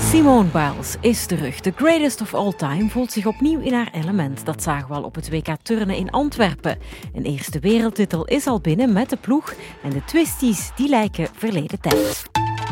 Simone Biles is terug. The greatest of all time voelt zich opnieuw in haar element. Dat zagen we al op het WK turnen in Antwerpen. Een eerste wereldtitel is al binnen met de ploeg en de twisties die lijken verleden tijd.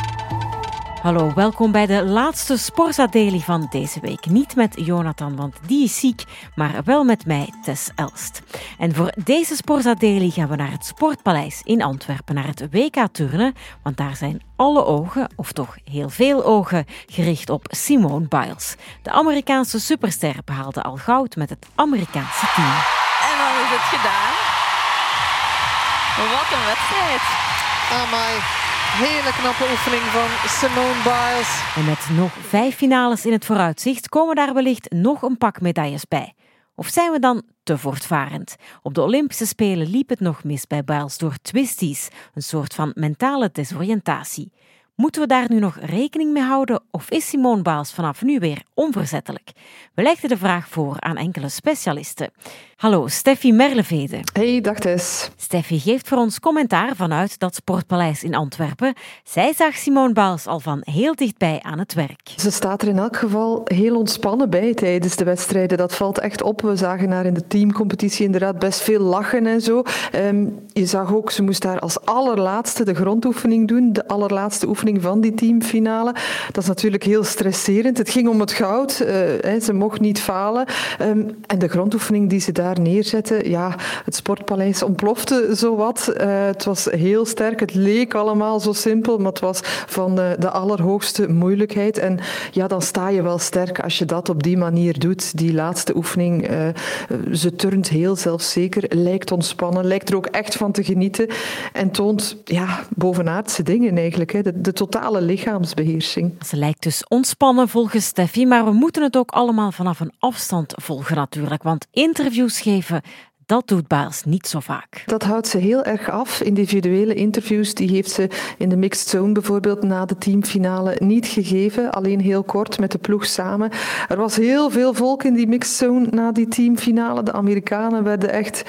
Hallo, welkom bij de laatste Sporza Daily van deze week. Niet met Jonathan, want die is ziek, maar wel met mij, Tess Elst. En voor deze Sporza Daily gaan we naar het Sportpaleis in Antwerpen, naar het WK turnen, want daar zijn alle ogen, of toch heel veel ogen, gericht op Simone Biles. De Amerikaanse superster behaalde al goud met het Amerikaanse team. En dan is het gedaan. Wat een wedstrijd. Amai. Hele knappe oefening van Simone Biles. En met nog 5 finales in het vooruitzicht komen daar wellicht nog een pak medailles bij. Of zijn we dan te voortvarend? Op de Olympische Spelen liep het nog mis bij Biles door twisties, een soort van mentale desoriëntatie. Moeten we daar nu nog rekening mee houden of is Simone Biles vanaf nu weer onverzettelijk? We legden de vraag voor aan enkele specialisten. Hallo, Steffi Merlevede. Hey, dag Tess. Steffi geeft voor ons commentaar vanuit dat Sportpaleis in Antwerpen. Zij zag Simone Biles al van heel dichtbij aan het werk. Ze staat er in elk geval heel ontspannen bij tijdens de wedstrijden. Dat valt echt op. We zagen haar in de teamcompetitie inderdaad best veel lachen en zo. Je zag ook, ze moest daar als allerlaatste de grondoefening doen. De allerlaatste oefening van die teamfinale. Dat is natuurlijk heel stresserend. Het ging om het goud. Ze mocht niet falen. En de grondoefening die ze daar neerzetten, ja, het Sportpaleis ontplofte zowat. Het was heel sterk. Het leek allemaal zo simpel, maar het was van de allerhoogste moeilijkheid. En ja, dan sta je wel sterk als je dat op die manier doet. Die laatste oefening, ze turnt heel zelfzeker, lijkt ontspannen, lijkt er ook echt van te genieten en toont bovenaardse dingen eigenlijk. De totale lichaamsbeheersing. Ze lijkt dus ontspannen volgens Steffi, maar we moeten het ook allemaal vanaf een afstand volgen natuurlijk, want interviews geven, dat doet Biles niet zo vaak. Dat houdt ze heel erg af. Individuele interviews die heeft ze in de mixed zone bijvoorbeeld na de teamfinale niet gegeven. Alleen heel kort met de ploeg samen. Er was heel veel volk in die mixed zone na die teamfinale. De Amerikanen werden echt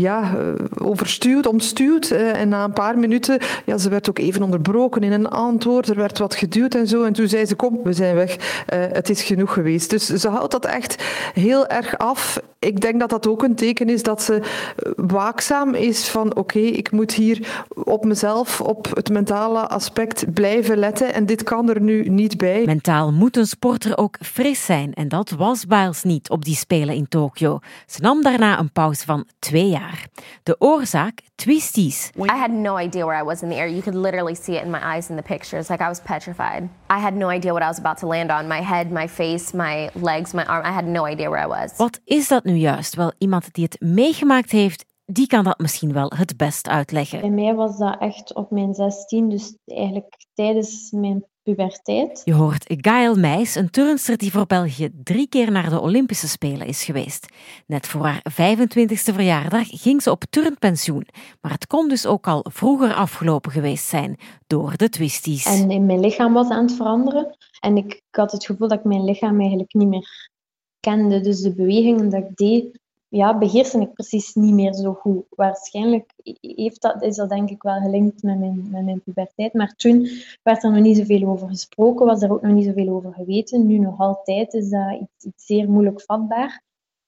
overstuwd, omstuwd. En na een paar minuten, ze werd ook even onderbroken in een antwoord. Er werd wat geduwd en zo. En toen zei ze, kom, we zijn weg. Het is genoeg geweest. Dus ze houdt dat echt heel erg af. Ik denk dat dat ook een teken is dat ze waakzaam is van oké, ik moet hier op mezelf, op het mentale aspect blijven letten en dit kan er nu niet bij. Mentaal moet een sporter ook fris zijn en dat was Biles niet op die Spelen in Tokio. Ze nam daarna een pauze van 2 jaar. De oorzaak? Twisties. I had no idea where I was in the air. You could literally see it in my eyes in the pictures. Like I was petrified. I had no idea what I was about to land on. My head, my face, my legs, my arm. I had no idea where I was. Wat is dat nu juist? Wel, iemand die het meegemaakt heeft, die kan dat misschien wel het best uitleggen. Bij mij was dat echt op mijn 16, dus eigenlijk tijdens mijn puberteit. Je hoort Gaël Meijs, een turnster die voor België 3 keer naar de Olympische Spelen is geweest. Net voor haar 25e verjaardag ging ze op turnpensioen. Maar het kon dus ook al vroeger afgelopen geweest zijn door de twisties. En in mijn lichaam was aan het veranderen. En ik had het gevoel dat ik mijn lichaam eigenlijk niet meer kende. Dus de bewegingen dat ik deed, beheerste ik precies niet meer zo goed. Waarschijnlijk is dat denk ik wel gelinkt met mijn puberteit. Maar toen werd er nog niet zoveel over gesproken, was er ook nog niet zoveel over geweten. Nu nog altijd is dat iets zeer moeilijk vatbaar.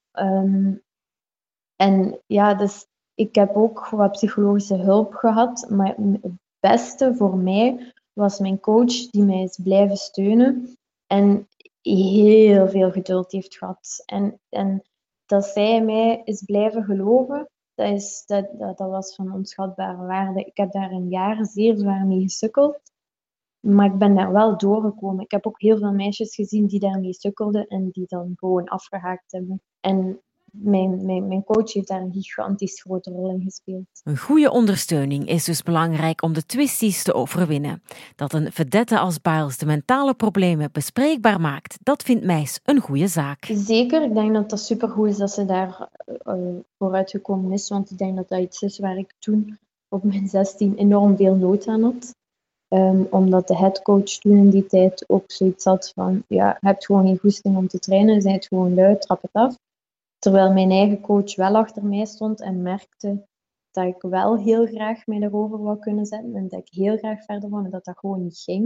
Dus ik heb ook wat psychologische hulp gehad. Maar het beste voor mij was mijn coach die mij is blijven steunen. En heel veel geduld heeft gehad. En dat zij mij is blijven geloven, dat was van onschatbare waarde. Ik heb daar een jaar zeer zwaar mee gesukkeld, maar ik ben daar wel doorgekomen. Ik heb ook heel veel meisjes gezien die daarmee sukkelden en die dan gewoon afgehaakt hebben. En mijn coach heeft daar een gigantisch grote rol in gespeeld. Een goede ondersteuning is dus belangrijk om de twisties te overwinnen. Dat een vedette als Biles de mentale problemen bespreekbaar maakt, dat vindt Meijs een goede zaak. Zeker, ik denk dat dat supergoed is dat ze daar vooruit gekomen is, want ik denk dat dat iets is waar ik toen op mijn 16 enorm veel nood aan had. Omdat de headcoach toen in die tijd ook zoiets had van, je hebt gewoon geen goesting om te trainen, je bent gewoon lui, trap het af. Terwijl mijn eigen coach wel achter mij stond en merkte dat ik wel heel graag mij erover wou kunnen zetten en dat ik heel graag verder wou en dat dat gewoon niet ging.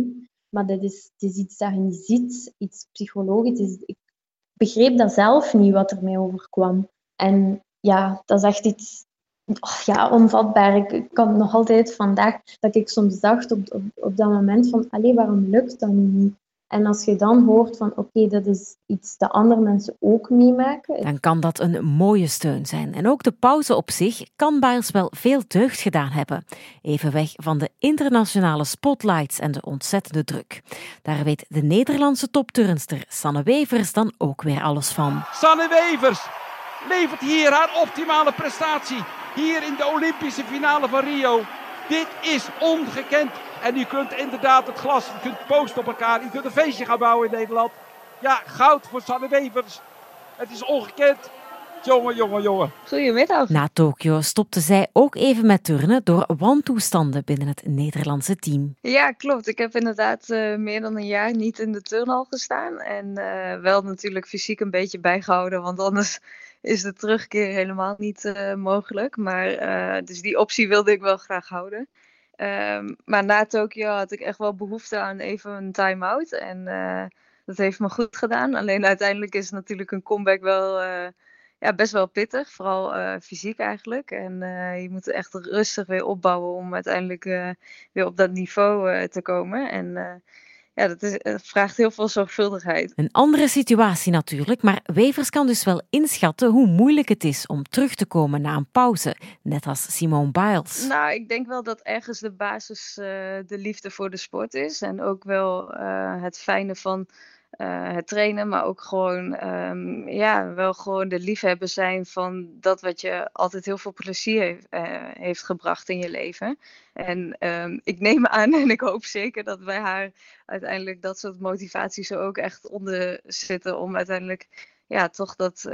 Maar dit is iets dat je niet ziet, iets psychologisch. Ik begreep dat zelf niet, wat er mij overkwam. En ja, dat is echt iets onvatbaar. Ik kan nog altijd vandaag, dat ik soms dacht op dat moment van, waarom lukt dat niet? En als je dan hoort van, dat is iets dat andere mensen ook meemaken. Dan kan dat een mooie steun zijn. En ook de pauze op zich kan Biles wel veel deugd gedaan hebben. Even weg van de internationale spotlights en de ontzettende druk. Daar weet de Nederlandse topturnster Sanne Wevers dan ook weer alles van. Sanne Wevers levert hier haar optimale prestatie. Hier in de Olympische finale van Rio. Dit is ongekend. En u kunt inderdaad het glas, u kunt posten op elkaar. U kunt een feestje gaan bouwen in Nederland. Ja, goud voor Sanne Wevers. Het is ongekend. Jongen. Goedemiddag. Na Tokio stopte zij ook even met turnen door wantoestanden binnen het Nederlandse team. Ja, klopt. Ik heb inderdaad meer dan een jaar niet in de turnhal gestaan. En wel natuurlijk fysiek een beetje bijgehouden, want anders is de terugkeer helemaal niet mogelijk. Maar dus die optie wilde ik wel graag houden. Maar na Tokio had ik echt wel behoefte aan even een time-out. En dat heeft me goed gedaan. Alleen uiteindelijk is natuurlijk een comeback wel best wel pittig. Vooral fysiek eigenlijk. En je moet echt rustig weer opbouwen om uiteindelijk weer op dat niveau te komen. En dat vraagt heel veel zorgvuldigheid. Een andere situatie natuurlijk, maar Wevers kan dus wel inschatten hoe moeilijk het is om terug te komen na een pauze, net als Simone Biles. Nou, ik denk wel dat ergens de basis de liefde voor de sport is. En ook wel het fijne van het trainen, maar ook gewoon, wel gewoon de liefhebber zijn van dat wat je altijd heel veel plezier heeft gebracht in je leven. En ik neem aan en ik hoop zeker dat bij haar uiteindelijk dat soort motivaties er ook echt onder zitten om uiteindelijk toch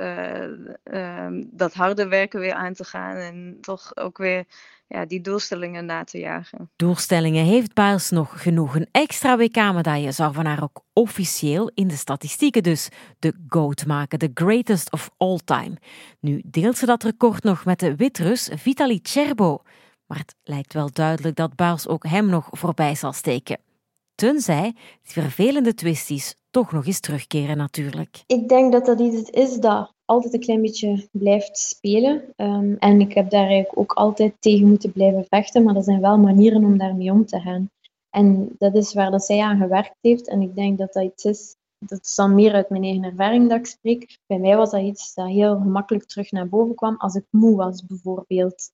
dat harde werken weer aan te gaan en toch ook weer die doelstellingen na te jagen. Doelstellingen heeft Biles nog genoeg. Een extra WK-medaille zou van haar ook officieel in de statistieken dus de GOAT maken, de greatest of all time. Nu deelt ze dat record nog met de Wit-Rus Vitaly Cherbo. Maar het lijkt wel duidelijk dat Biles ook hem nog voorbij zal steken. Tenzij die vervelende twisties toch nog eens terugkeren natuurlijk. Ik denk dat dat iets is dat altijd een klein beetje blijft spelen. En ik heb daar eigenlijk ook altijd tegen moeten blijven vechten, maar er zijn wel manieren om daarmee om te gaan. En dat is waar dat zij aan gewerkt heeft. En ik denk dat dat iets is, dat is dan meer uit mijn eigen ervaring dat ik spreek. Bij mij was dat iets dat heel gemakkelijk terug naar boven kwam als ik moe was bijvoorbeeld.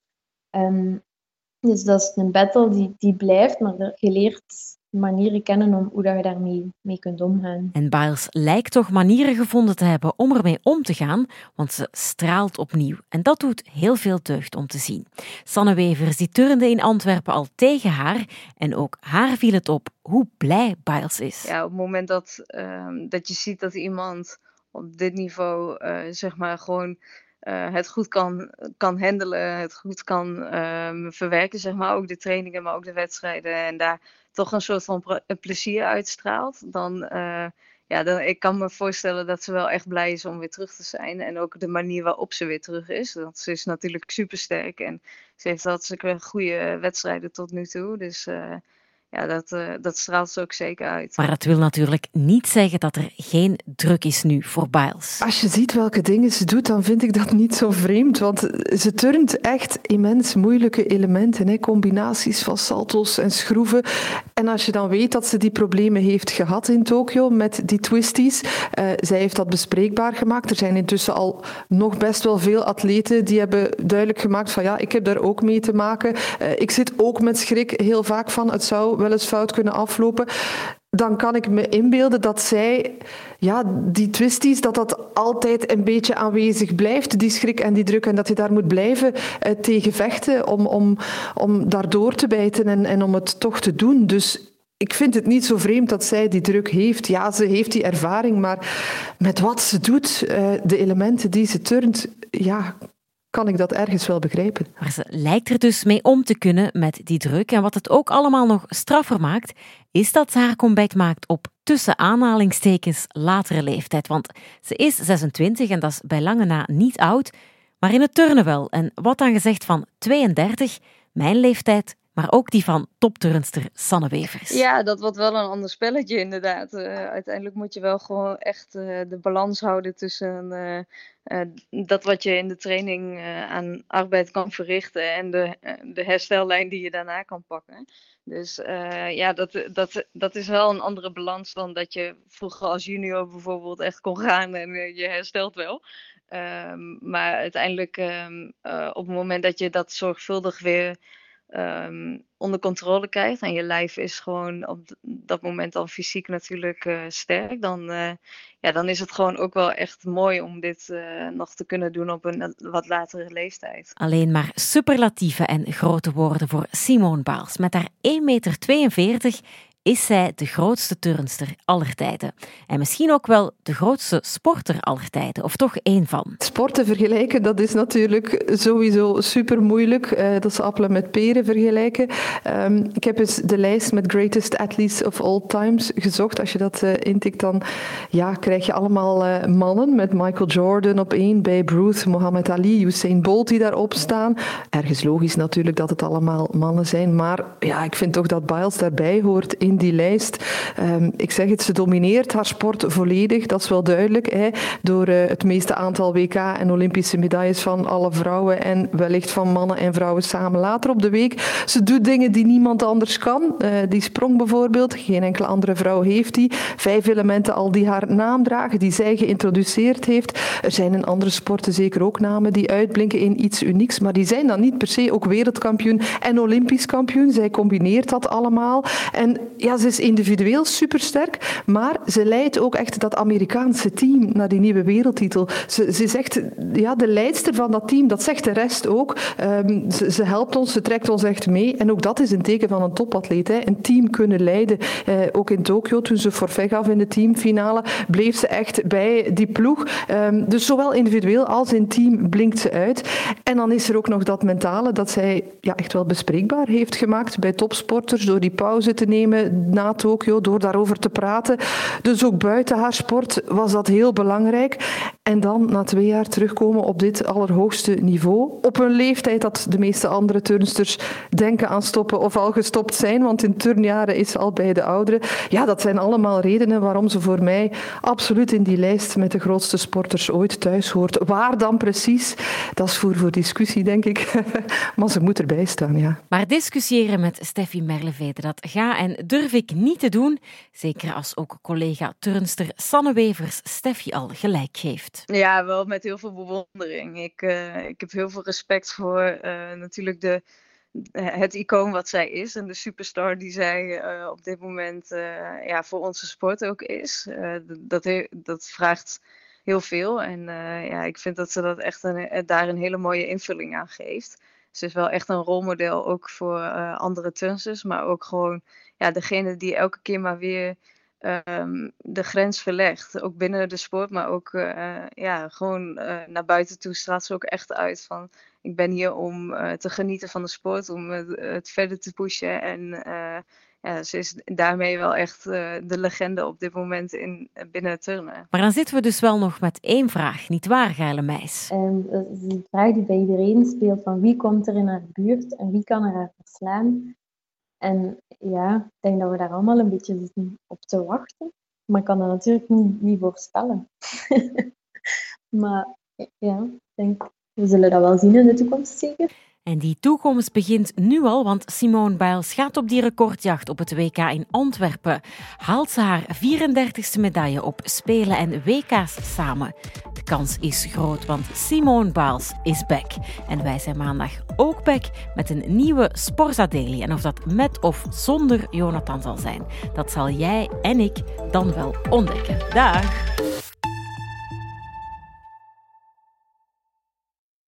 Dus dat is een battle die blijft, maar je leert manieren kennen om hoe dat je daarmee kunt omgaan. En Biles lijkt toch manieren gevonden te hebben om ermee om te gaan, want ze straalt opnieuw. En dat doet heel veel deugd om te zien. Sanne Wevers die turnde in Antwerpen al tegen haar en ook haar viel het op hoe blij Biles is. Ja, op het moment dat je ziet dat iemand op dit niveau gewoon het goed kan handelen, het goed kan verwerken, zeg maar, ook de trainingen, maar ook de wedstrijden en daar toch een soort van plezier uitstraalt, dan ik kan me voorstellen dat ze wel echt blij is om weer terug te zijn. En ook de manier waarop ze weer terug is. Want ze is natuurlijk supersterk en ze heeft hartstikke goede wedstrijden tot nu toe. Dus dat straalt ze ook zeker uit. Maar dat wil natuurlijk niet zeggen dat er geen druk is nu voor Biles. Als je ziet welke dingen ze doet, dan vind ik dat niet zo vreemd. Want ze turnt echt immens moeilijke elementen. Hè? Combinaties van salto's en schroeven. En als je dan weet dat ze die problemen heeft gehad in Tokio met die twisties. Zij heeft dat bespreekbaar gemaakt. Er zijn intussen al nog best wel veel atleten die hebben duidelijk gemaakt van ik heb daar ook mee te maken. Ik zit ook met schrik heel vaak van het zou wel eens fout kunnen aflopen. Dan kan ik me inbeelden dat zij, die twisties, dat altijd een beetje aanwezig blijft, die schrik en die druk, en dat je daar moet blijven tegen vechten om daar door te bijten en om het toch te doen. Dus ik vind het niet zo vreemd dat zij die druk heeft. Ja, ze heeft die ervaring, maar met wat ze doet, de elementen die ze turnt, kan ik dat ergens wel begrijpen. Maar ze lijkt er dus mee om te kunnen met die druk. En wat het ook allemaal nog straffer maakt, is dat ze haar comeback maakt op tussen aanhalingstekens latere leeftijd. Want ze is 26 en dat is bij lange na niet oud, maar in het turnen wel. En wat dan gezegd van 32, mijn leeftijd, maar ook die van topturnster Sanne Wevers. Ja, dat wordt wel een ander spelletje inderdaad. Uiteindelijk moet je wel gewoon echt de balans houden tussen dat wat je in de training aan arbeid kan verrichten en de herstellijn die je daarna kan pakken. Dus dat is wel een andere balans dan dat je vroeger als junior bijvoorbeeld echt kon gaan en je herstelt wel. Maar uiteindelijk op het moment dat je dat zorgvuldig weer onder controle krijgt en je lijf is gewoon op dat moment al fysiek natuurlijk sterk, dan is het gewoon ook wel echt mooi om dit nog te kunnen doen op een wat latere leeftijd. Alleen maar superlatieven en grote woorden voor Simone Biles. Met haar 1,42 meter is zij de grootste turnster aller tijden. En misschien ook wel de grootste sporter aller tijden, of toch één van. Sporten vergelijken, dat is natuurlijk sowieso super moeilijk. Dat is appelen met peren vergelijken. Ik heb eens de lijst met greatest athletes of all times gezocht. Als je dat intikt, dan krijg je allemaal mannen met Michael Jordan op 1, Babe Ruth, Muhammad Ali, Usain Bolt die daarop staan. Ergens logisch natuurlijk dat het allemaal mannen zijn, maar ik vind toch dat Biles daarbij hoort in die lijst. Ik zeg het, ze domineert haar sport volledig, dat is wel duidelijk, door het meeste aantal WK en Olympische medailles van alle vrouwen en wellicht van mannen en vrouwen samen later op de week. Ze doet dingen die niemand anders kan. Die sprong bijvoorbeeld, geen enkele andere vrouw heeft die. 5 elementen al die haar naam dragen, die zij geïntroduceerd heeft. Er zijn in andere sporten zeker ook namen die uitblinken in iets unieks, maar die zijn dan niet per se ook wereldkampioen en Olympisch kampioen. Zij combineert dat allemaal. En ze is individueel supersterk, maar ze leidt ook echt dat Amerikaanse team naar die nieuwe wereldtitel. Ze is echt de leidster van dat team, dat zegt de rest ook. Ze helpt ons, ze trekt ons echt mee. En ook dat is een teken van een topatleet. Een team kunnen leiden. Ook in Tokio, toen ze forfait gaf in de teamfinale, bleef ze echt bij die ploeg. Dus zowel individueel als in team blinkt ze uit. En dan is er ook nog dat mentale, dat zij echt wel bespreekbaar heeft gemaakt bij topsporters, door die pauze te nemen na Tokio, door daarover te praten. Dus ook buiten haar sport was dat heel belangrijk. En dan na 2 jaar terugkomen op dit allerhoogste niveau. Op een leeftijd dat de meeste andere turnsters denken aan stoppen of al gestopt zijn, want in turnjaren is ze al bij de ouderen. Dat zijn allemaal redenen waarom ze voor mij absoluut in die lijst met de grootste sporters ooit thuis hoort. Waar dan precies? Dat is voer voor discussie, denk ik. Maar ze moet erbij staan, ja. Maar discussiëren met Steffi Merlevede, dat ga en durf ik niet te doen. Zeker als ook collega-turnster Sanne Wevers Steffi al gelijk geeft. Ja, wel met heel veel bewondering. Ik heb heel veel respect voor natuurlijk het icoon wat zij is en de superstar die zij op dit moment voor onze sport ook is. Dat vraagt heel veel en ik vind dat ze dat echt daar een hele mooie invulling aan geeft. Ze is wel echt een rolmodel ook voor andere turnsters, maar ook gewoon degene die elke keer maar weer de grens verlegt. Ook binnen de sport, maar ook gewoon naar buiten toe straalt ze ook echt uit van ik ben hier om te genieten van de sport, om het verder te pushen en ze is daarmee wel echt de legende op dit moment binnen het turnen. Maar dan zitten we dus wel nog met 1 vraag, niet waar, geile meis? Dat is een vraag die bij iedereen speelt, van wie komt er in haar buurt en wie kan haar verslaan. En ik denk dat we daar allemaal een beetje zitten op te wachten. Maar ik kan dat natuurlijk niet voorspellen. Maar ik denk, we zullen dat wel zien in de toekomst zeker. En die toekomst begint nu al, want Simone Biles gaat op die recordjacht op het WK in Antwerpen. Haalt ze haar 34e medaille op Spelen en WK's samen. De kans is groot, want Simone Biles is back. En wij zijn maandag ook back met een nieuwe Sporza Daily. En of dat met of zonder Jonathan zal zijn, dat zal jij en ik dan wel ontdekken. Dag!